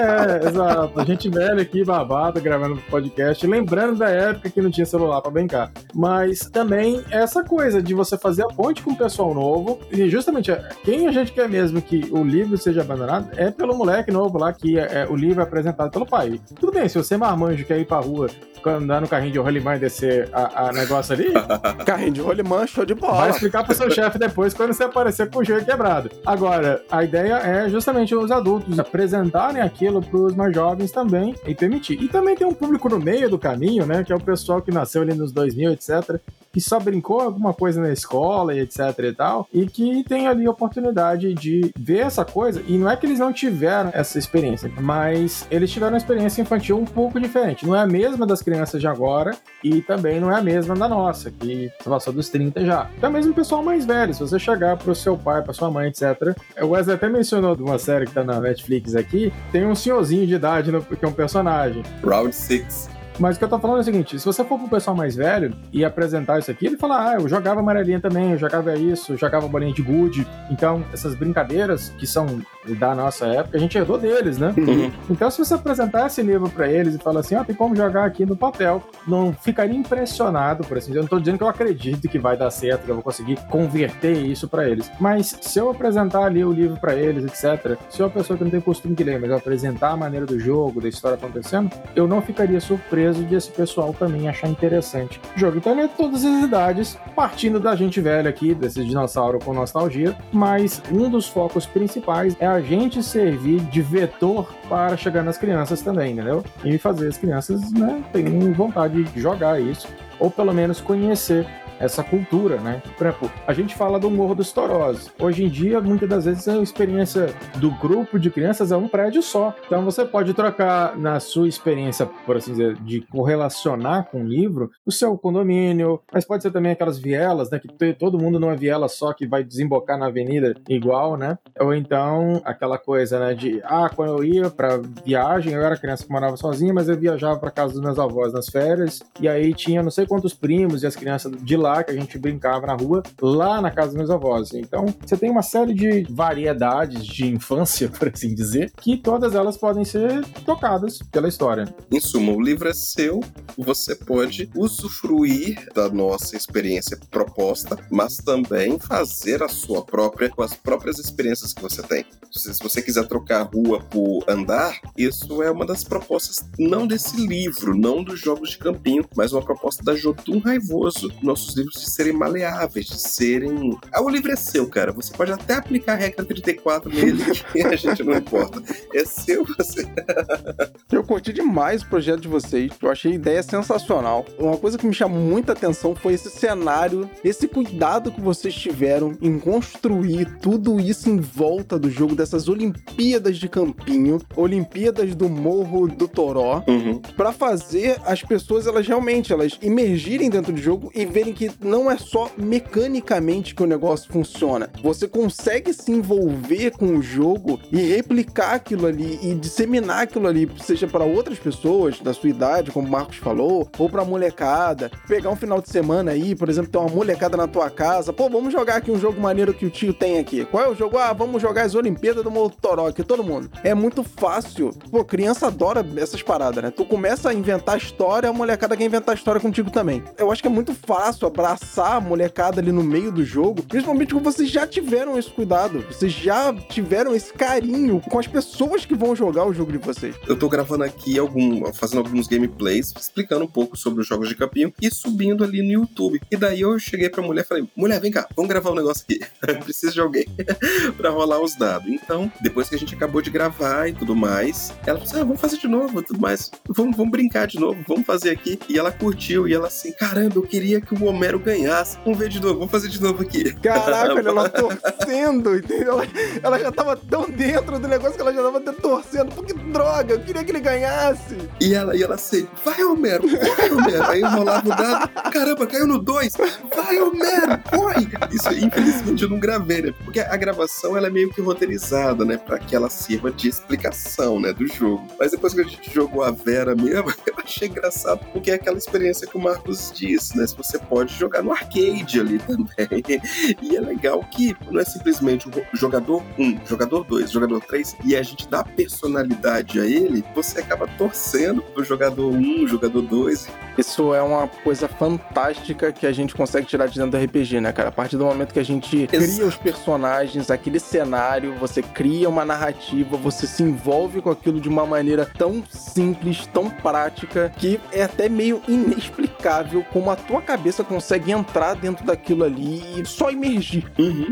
Exato. A gente velho aqui, babado, gravando podcast, lembrando da época que não tinha celular pra brincar. Mas também essa coisa de você fazer a ponte com o pessoal novo, e justamente quem a gente quer mesmo que o livro seja abandonado é pelo moleque novo lá, que o livro é apresentado pelo pai. Tudo bem, se você marmanjo quer ir pra rua, andar no carrinho de rolimã e descer a negócio ali... Carrinho de rolimã, show de bola. Vai explicar pro seu chefe depois quando você aparecer com o joelho quebrado. Agora, a ideia é justamente os adultos apresentarem aquilo pros mais jovens também e permitir. E também tem um público no meio do caminho, né, que é o pessoal que nasceu ali nos 2000, etc., que só brincou alguma coisa na escola e etc e tal, e que tem ali a oportunidade de ver essa coisa, e não é que eles não tiveram essa experiência, mas eles tiveram uma experiência infantil um pouco diferente. Não é a mesma das crianças de agora, e também não é a mesma da nossa, que passou dos 30 já. Até mesmo o pessoal mais velho, se você chegar pro seu pai, pra sua mãe, etc. O Wesley até mencionou de uma série que tá na Netflix aqui, tem um senhorzinho de idade que é um personagem. Round 6. Mas o que eu tô falando é o seguinte, se você for pro pessoal mais velho e apresentar isso aqui, ele fala, eu jogava amarelinha também, eu jogava isso, eu jogava bolinha de gude. Então, essas brincadeiras que são da nossa época, a gente herdou deles, né? Então, se você apresentar esse livro pra eles e falar assim, tem como jogar aqui no papel, não ficaria impressionado, por assim dizer. Eu não tô dizendo que eu acredito que vai dar certo, que eu vou conseguir converter isso pra eles. Mas se eu apresentar ali o livro pra eles, etc., se é uma pessoa que não tem costume de ler, mas eu apresentar a maneira do jogo, da história acontecendo, eu não ficaria surpreso de esse pessoal também achar interessante o jogo. Então, é de todas as idades, partindo da gente velha aqui, desse dinossauro com nostalgia, mas um dos focos principais é a gente servir de vetor para chegar nas crianças também, entendeu? E fazer as crianças, né, terem vontade de jogar isso, ou pelo menos conhecer essa cultura, né? Por exemplo, a gente fala do Morro dos Torós. Hoje em dia, muitas das vezes, a experiência do grupo de crianças é um prédio só. Então, você pode trocar na sua experiência, por assim dizer, de correlacionar com o livro, o seu condomínio, mas pode ser também aquelas vielas, né? Que todo mundo numa viela só que vai desembocar na avenida igual, né? Ou então, aquela coisa, né? De, quando eu ia pra viagem, eu era criança que morava sozinha, mas eu viajava pra casa dos meus avós nas férias, e aí tinha não sei quantos primos e as crianças de lá que a gente brincava na rua, lá na casa dos meus avós. Então, você tem uma série de variedades de infância, por assim dizer, que todas elas podem ser tocadas pela história. Em suma, o livro é seu, você pode usufruir da nossa experiência proposta, mas também fazer a sua própria, com as próprias experiências que você tem. Se você quiser trocar a rua por andar, isso é uma das propostas, não desse livro, não dos jogos de campinho, mas uma proposta da Jotun Raivoso, nossos livros de serem maleáveis, de serem... o livro é seu, cara. Você pode até aplicar a regra 34 nele, que a gente não importa. É seu, você... Eu curti demais o projeto de vocês. Eu achei a ideia sensacional. Uma coisa que me chamou muita atenção foi esse cenário, esse cuidado que vocês tiveram em construir tudo isso em volta do jogo, dessas Olimpíadas de Campinho, Olimpíadas do Morro do Toró, pra fazer as pessoas, elas imergirem dentro do jogo e verem que não é só mecanicamente que o negócio funciona. Você consegue se envolver com o jogo e replicar aquilo ali e disseminar aquilo ali, seja para outras pessoas da sua idade, como o Marcos falou, ou pra molecada. Pegar um final de semana aí, por exemplo, ter uma molecada na tua casa. Vamos jogar aqui um jogo maneiro que o tio tem aqui. Qual é o jogo? Vamos jogar as Olimpíadas do Motoró aqui, todo mundo. É muito fácil. Criança adora essas paradas, né? Tu começa a inventar história, a molecada quer inventar história contigo também. Eu acho que é muito fácil abraçar a molecada ali no meio do jogo, principalmente quando vocês já tiveram esse cuidado, vocês já tiveram esse carinho com as pessoas pessoas que vão jogar o jogo de vocês. Eu tô gravando aqui fazendo alguns gameplays, explicando um pouco sobre os jogos de campinho e subindo ali no YouTube. E daí eu cheguei pra mulher e falei, mulher, vem cá, vamos gravar um negócio aqui. Preciso de alguém pra rolar os dados. Então, depois que a gente acabou de gravar e tudo mais, ela falou, vamos fazer de novo, tudo mais. Vamos brincar de novo, vamos fazer aqui. E ela curtiu, e ela assim, caramba, eu queria que o Homero ganhasse. Vamos ver de novo, vamos fazer de novo aqui. Caraca, ela torcendo, entendeu? Ela já tava tão dentro do negócio que ela já tava até torcendo. Porque droga, eu queria que ele ganhasse. E ela assim, vai, Homero, corre, Homero. Aí rolava o dado, caramba, caiu no 2. Vai, Homero, corre. Isso, infelizmente, eu não gravei, né? Porque a gravação, ela é meio que roteirizada, né? Pra que ela sirva de explicação, né? Do jogo. Mas depois que a gente jogou a Vera mesmo, eu achei engraçado, porque é aquela experiência que o Marcos disse, né? Se você pode jogar no arcade ali também. E é legal que não é simplesmente o jogador 1, jogador 2, jogador 3, e a gente dá personalidade a ele, você acaba torcendo pro jogador 1, jogador 2. Isso é uma coisa fantástica que a gente consegue tirar de dentro do RPG, né, cara? A partir do momento que a gente cria os personagens, aquele cenário, você cria uma narrativa, você se envolve com aquilo de uma maneira tão simples, tão prática, que é até meio inexplicável como a tua cabeça consegue entrar dentro daquilo ali e só imergir.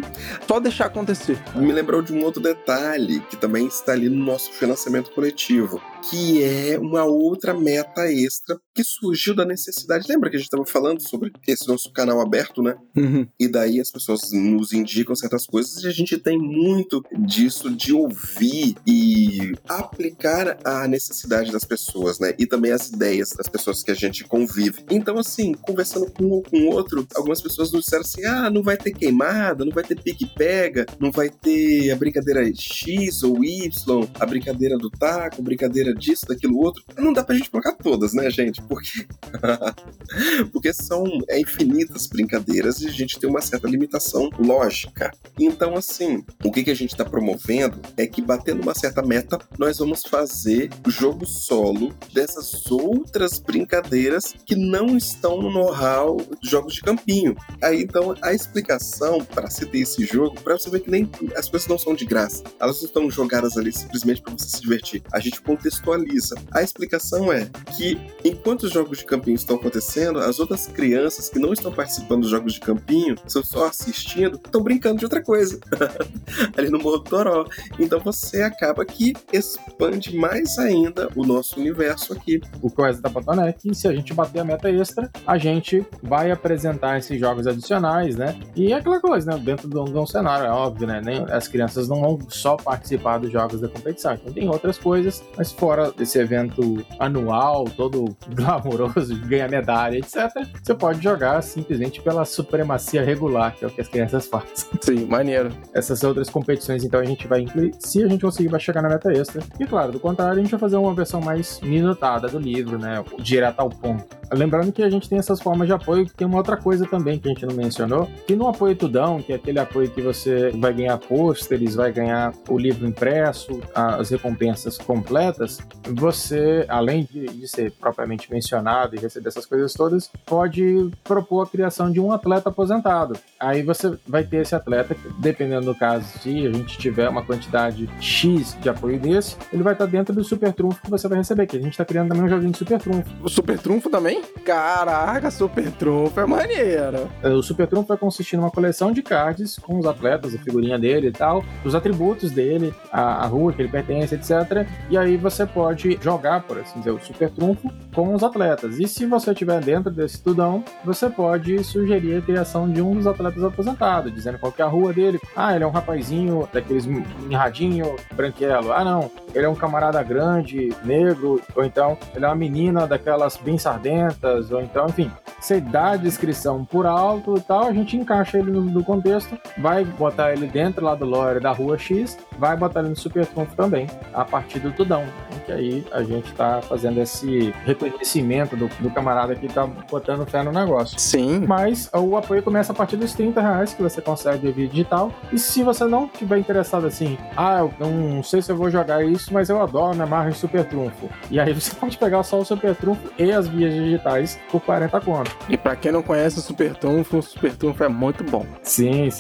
Só deixar acontecer. Me lembrou de um outro detalhe que também está ali no nosso financiamento coletivo, que é uma outra meta extra que surgiu da necessidade. Lembra que a gente estava falando sobre esse nosso canal aberto, né? E daí as pessoas nos indicam certas coisas e a gente tem muito disso de ouvir e aplicar a necessidade das pessoas, né? E também as ideias das pessoas que a gente convive. Então, assim, conversando com um com o outro, algumas pessoas nos disseram assim, não vai ter queimada, não vai ter pique-pega, não vai ter a brincadeira X ou Y, a brincadeira do taco, a brincadeira disso, daquilo outro. Não dá pra gente colocar todas, né, gente? Porque são infinitas brincadeiras e a gente tem uma certa limitação lógica. Então, assim, o que a gente tá promovendo é que, batendo uma certa meta, nós vamos fazer jogo solo dessas outras brincadeiras que não estão no know-how dos jogos de campinho. Aí, então, a explicação para se ter esse jogo, para você ver que nem as coisas não são de graça. Elas não estão jogadas ali simplesmente para você se divertir. A gente contextualiza. A explicação é que, enquanto os jogos de campinho estão acontecendo, as outras crianças que não estão participando dos jogos de campinho, estão só assistindo, estão brincando de outra coisa. Ali no Morro do Toró. Então você acaba que expande mais ainda o nosso universo aqui. O que o Wesley tá botando é que, se a gente bater a meta extra, a gente vai apresentar esses jogos adicionais, né? E é aquela coisa, né? Dentro de um cenário, é óbvio, né? Nem as crianças não vão só participar dos jogos da competição. Então tem outras coisas, mas fora desse evento anual, todo glamouroso, de ganhar medalha, etc., você pode jogar simplesmente pela supremacia regular, que é o que as crianças fazem. Sim, maneiro. Essas outras competições, então, a gente vai incluir, se a gente conseguir, vai chegar na meta extra. E claro, do contrário, a gente vai fazer uma versão mais minutada do livro, né? Direto ao ponto. Lembrando que a gente tem essas formas de apoio, que tem uma outra coisa também que a gente não mencionou, que no apoio tudão, que é aquele apoio que você vai ganhar pôsteres, vai ganhar o livro impresso, as recompensas completas, você, além de ser propriamente mencionado e receber essas coisas todas, pode propor a criação de um atleta aposentado. Aí você vai ter esse atleta, dependendo do caso, se a gente tiver uma quantidade X de apoio desse, ele vai estar dentro do Super Trunfo que você vai receber, que a gente está criando também um joguinho de Super Trunfo. O Super Trunfo também? Caraca, Super Trunfo é maneiro. O Super Trunfo vai consistir numa coleção de cards com os atletas, a figurinha dele e tal, os atributos dele, a rua que ele pertence, etc. E aí você pode jogar, por assim dizer, o Super Trunfo com os atletas. E se você estiver dentro desse tudão, você pode sugerir a criação de um dos atletas aposentados, dizendo qual que é a rua dele. Ele é um rapazinho daqueles mirradinho, branquelo. Não, ele é um camarada grande, negro, ou então ele é uma menina daquelas bem sardentas, ou então, enfim, você dá a descrição por alto e tal, a gente encaixa ele no contexto, vai botar ele dentro lá do lore da rua X, vai botar ele no Super Trunfo também, a partir do tudão. Que aí a gente tá fazendo esse reconhecimento do camarada que tá botando fé no negócio. Sim. Mas o apoio começa a partir dos R$30 que você consegue via digital. E se você não tiver interessado assim, eu não sei se eu vou jogar isso, mas eu adoro na margem Super Trunfo. E aí você pode pegar só o Super Trunfo e as vias digitais por 40 conto. E pra quem não conhece o Super Trunfo é muito bom. Sim.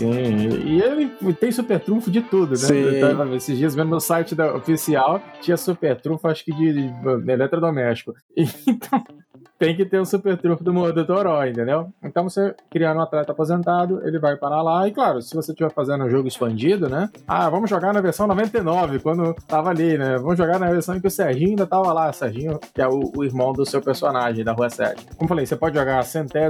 E ele tem Super Trunfo de tudo, né? Sim. Então, esses dias vendo no site oficial, tinha Super Trunfo, acho que de eletrodoméstico. Então, tem que ter um Super Trunfo do Toró, entendeu? Então, você criando um atleta aposentado, ele vai parar lá. E, claro, se você estiver fazendo um jogo expandido, né? Vamos jogar na versão 99, quando tava ali, né? Vamos jogar na versão em que o Serginho ainda tava lá. Serginho, que é o irmão do seu personagem, da Rua 7. Como falei, você pode jogar a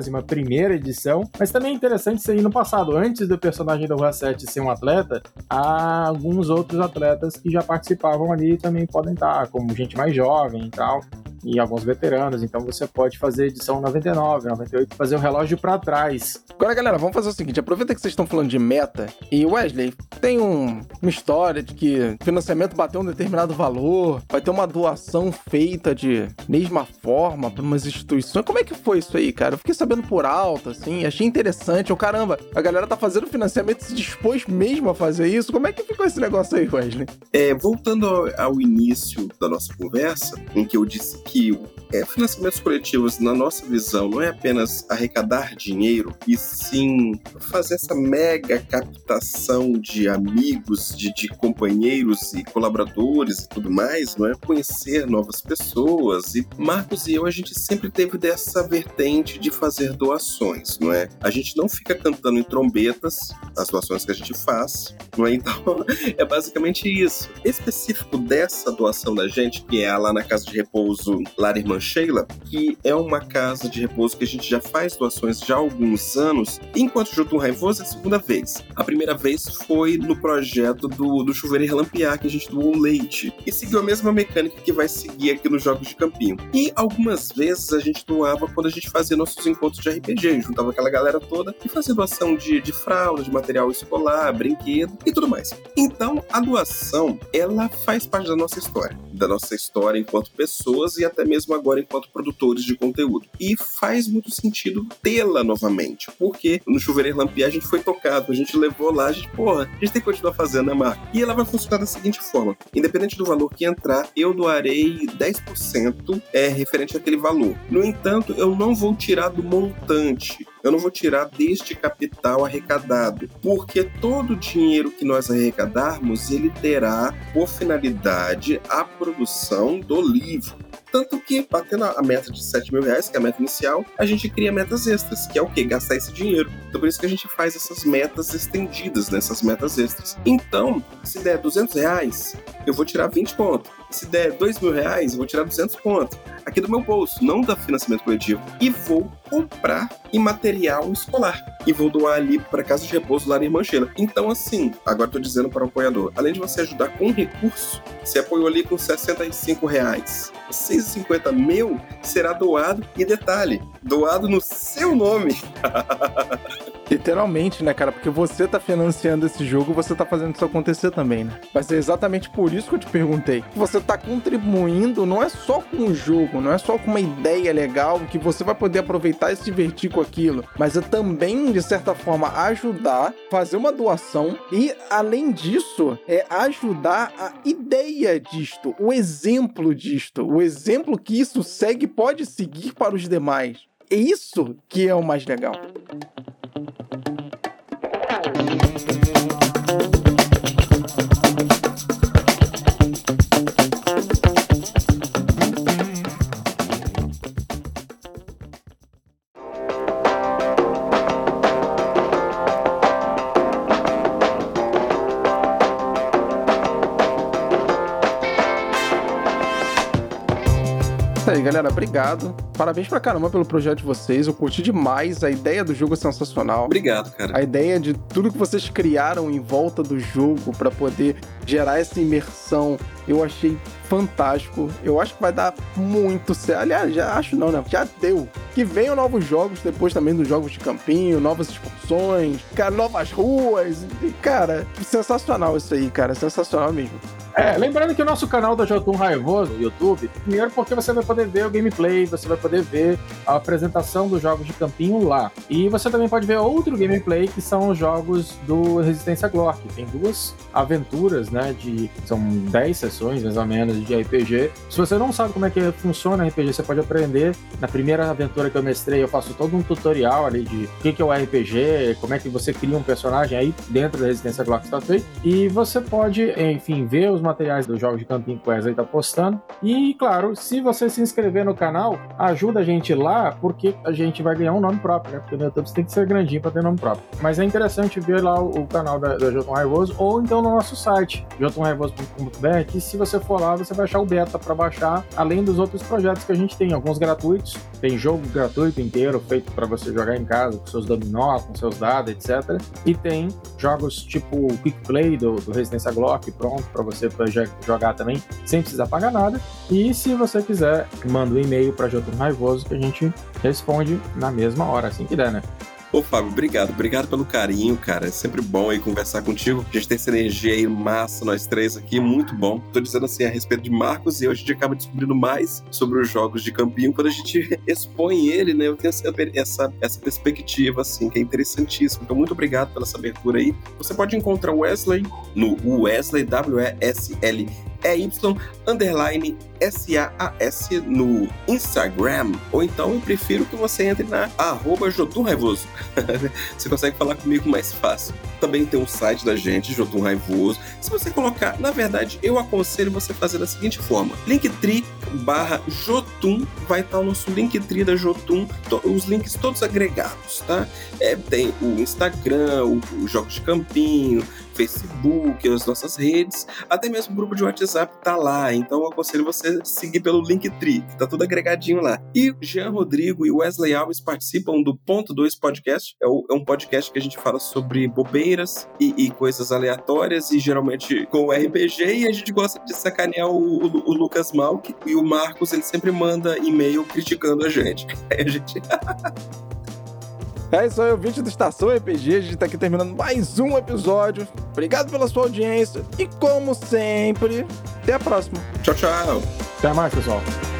101ª edição, mas também é interessante você ir no passado. Antes do personagem da Rua 7 ser um atleta, há alguns outros atletas que já participavam ali e também podem estar, como gente mais jovem e tal. E alguns veteranos, então você pode fazer edição 99, 98, fazer o relógio pra trás. Agora, galera, vamos fazer o seguinte, aproveita que vocês estão falando de meta, e Wesley, tem uma história de que financiamento bateu um determinado valor, vai ter uma doação feita de mesma forma para umas instituições. Como é que foi isso aí, cara? Eu fiquei sabendo por alto, assim, achei interessante. Caramba, a galera tá fazendo financiamento e se dispôs mesmo a fazer isso. Como é que ficou esse negócio aí, Wesley? Voltando ao início da nossa conversa, em que eu disse que financiamentos coletivos, na nossa visão, não é apenas arrecadar dinheiro, e sim fazer essa mega captação de amigos, de companheiros e colaboradores e tudo mais, não é? Conhecer novas pessoas. E Marcos e eu, a gente sempre teve dessa vertente de fazer doações, não é? A gente não fica cantando em trombetas as doações que a gente faz, não é? Então, é basicamente isso. Específico dessa doação da gente, que é lá na Casa de Repouso Lar Irmã Sheila, que é uma casa de repouso que a gente já faz doações já há alguns anos. Enquanto Jotun Raivoso é a segunda vez. A primeira vez foi no projeto do Chuveiro e Relampear, que a gente doou leite. E seguiu a mesma mecânica que vai seguir aqui nos Jogos de Campinho. E algumas vezes a gente doava quando a gente fazia nossos encontros de RPG. Juntava aquela galera toda e fazia doação de fralda, de material escolar, brinquedo e tudo mais. Então, a doação, ela faz parte da nossa história enquanto pessoas e até mesmo agora enquanto produtores de conteúdo. E faz muito sentido tê-la novamente, porque no Chuveiro e Lampião a gente foi tocado, a gente levou lá, a gente tem que continuar fazendo, né, Marco? E ela vai funcionar da seguinte forma: independente do valor que entrar, eu doarei 10% referente àquele valor. No entanto, eu não vou tirar do montante, eu não vou tirar deste capital arrecadado, porque todo o dinheiro que nós arrecadarmos, ele terá por finalidade a produção do livro. Tanto que, batendo a meta de R$7 mil, que é a meta inicial, a gente cria metas extras, que é o quê? Gastar esse dinheiro. Então, por isso que a gente faz essas metas estendidas, né? Essas metas extras. Então, se der R$200, eu vou tirar 20 pontos. Se der R$2 mil, eu vou tirar 200 pontos. Aqui do meu bolso, não da financiamento coletivo. E vou comprar em material escolar. E vou doar ali para Casa de Repouso Lar Irmã Sheila. Então, assim, agora estou dizendo para o apoiador, além de você ajudar com recurso, você apoiou ali com R$65. R$650 mil será doado, e detalhe, doado no seu nome. Literalmente, né, cara? Porque você tá financiando esse jogo, você tá fazendo isso acontecer também, né? Vai ser exatamente por isso que eu te perguntei. Você tá contribuindo não é só com o jogo, não é só com uma ideia legal que você vai poder aproveitar e se divertir com aquilo, mas é também, de certa forma, ajudar, fazer uma doação e, além disso, ajudar a ideia disto, o exemplo disto, o exemplo que isso segue pode seguir para os demais. É isso que é o mais legal. Isso aí, galera, obrigado. Parabéns pra caramba pelo projeto de vocês, eu curti demais, a ideia do jogo é sensacional. Obrigado, cara. A ideia de tudo que vocês criaram em volta do jogo pra poder gerar essa imersão, eu achei fantástico. Eu acho que vai dar muito certo. Aliás, já acho não, né? Já deu. Que venham novos jogos depois também dos jogos de campinho, novas expansões, cara, novas ruas. E, cara, sensacional isso aí, cara. Sensacional mesmo. Lembrando que o nosso canal da Jotun Raivoso no YouTube, primeiro porque você vai poder ver o gameplay, você vai poder ver a apresentação dos jogos de campinho lá. E você também pode ver outro gameplay, que são os jogos do Resistência Glock. Tem 2 aventuras, né, são 10 sessões, mais ou menos, de RPG. Se você não sabe como é que funciona RPG, você pode aprender. Na primeira aventura que eu mestrei, eu faço todo um tutorial ali de o que é o RPG, como é que você cria um personagem aí dentro da Resistência Glock Statuei. E você pode, enfim, ver os materiais dos jogos de campinho que o Wesley tá postando. E, claro, se você se inscrever no canal, ajuda a gente lá, porque a gente vai ganhar um nome próprio, né? Porque no YouTube você tem que ser grandinho pra ter nome próprio. Mas é interessante ver lá o canal da Jotun Raivoso, ou então no nosso site, jotunraivoso.com.br, que se você for lá, você vai achar o beta pra baixar, além dos outros projetos que a gente tem, alguns gratuitos. Tem jogo gratuito inteiro, feito pra você jogar em casa, com seus dominós, com seus dados, etc. E tem jogos tipo o Quick Play do Resistência Glock, pronto pra você jogar também, sem precisar pagar nada. E se você quiser, manda um e-mail pra Jotun Raivoso, que a gente responde na mesma hora, assim que der, né? Ô, Fábio, obrigado pelo carinho, cara. É sempre bom aí conversar contigo. A gente tem essa energia aí massa, nós três aqui, muito bom. Tô dizendo assim a respeito de Marcos, e hoje a gente acaba descobrindo mais sobre os jogos de campinho quando a gente expõe ele, né? Eu tenho essa perspectiva, assim, que é interessantíssima. Então, muito obrigado pela essa abertura aí. Você pode encontrar o Wesley no Wesley, WESLEY, _SAAS no Instagram, ou então eu prefiro que você entre na @JotunRaivoso. Você consegue falar comigo mais fácil. Também tem um site da gente, Jotun Raivoso. Se você colocar, na verdade, eu aconselho você fazer da seguinte forma: Linktree/Jotun, vai estar o nosso Linktree da Jotun, os links todos agregados, tá? Tem o Instagram, o Jogos de Campinho, Facebook, as nossas redes, até mesmo o grupo de WhatsApp tá lá, então eu aconselho você seguir pelo Linktree, que tá tudo agregadinho lá. E Jean Rodrigo e Wesley Alves participam do Ponto 2 Podcast, é um podcast que a gente fala sobre bobeiras e coisas aleatórias, e geralmente com o RPG, e a gente gosta de sacanear o Lucas Malk, e o Marcos, ele sempre manda e-mail criticando a gente. Aí a gente... É isso aí, ouvinte do Estação RPG, a gente tá aqui terminando mais um episódio. Obrigado pela sua audiência e, como sempre, até a próxima. Tchau, tchau. Até mais, pessoal.